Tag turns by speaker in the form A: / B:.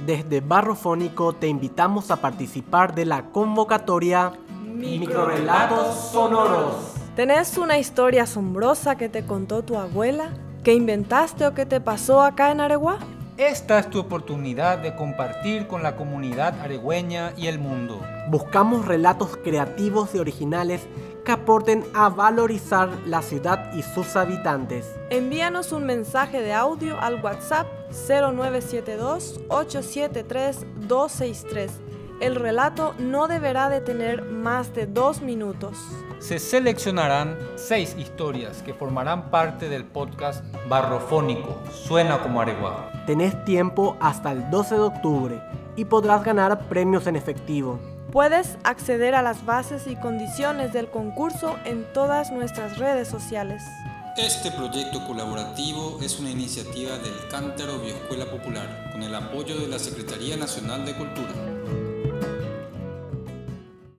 A: Desde Barrofónico te invitamos a participar de la convocatoria Microrrelatos Sonoros.
B: ¿Tenés una historia asombrosa que te contó tu abuela, que inventaste o que te pasó acá en Areguá?
C: Esta es tu oportunidad de compartir con la comunidad aregüeña y el mundo.
A: Buscamos relatos creativos y originales que aporten a valorizar la ciudad y sus habitantes.
B: Envíanos un mensaje de audio al WhatsApp 0972-873-263. El relato no deberá de tener más de 2 minutos.
C: Se seleccionarán 6 historias que formarán parte del podcast Barrofónico, Suena como Areguá.
A: Tenés tiempo hasta el 12 de octubre y podrás ganar premios en efectivo.
B: Puedes acceder a las bases y condiciones del concurso en todas nuestras redes sociales.
D: Este proyecto colaborativo es una iniciativa del Cántaro Bioescuela Popular, con el apoyo de la Secretaría Nacional de Cultura.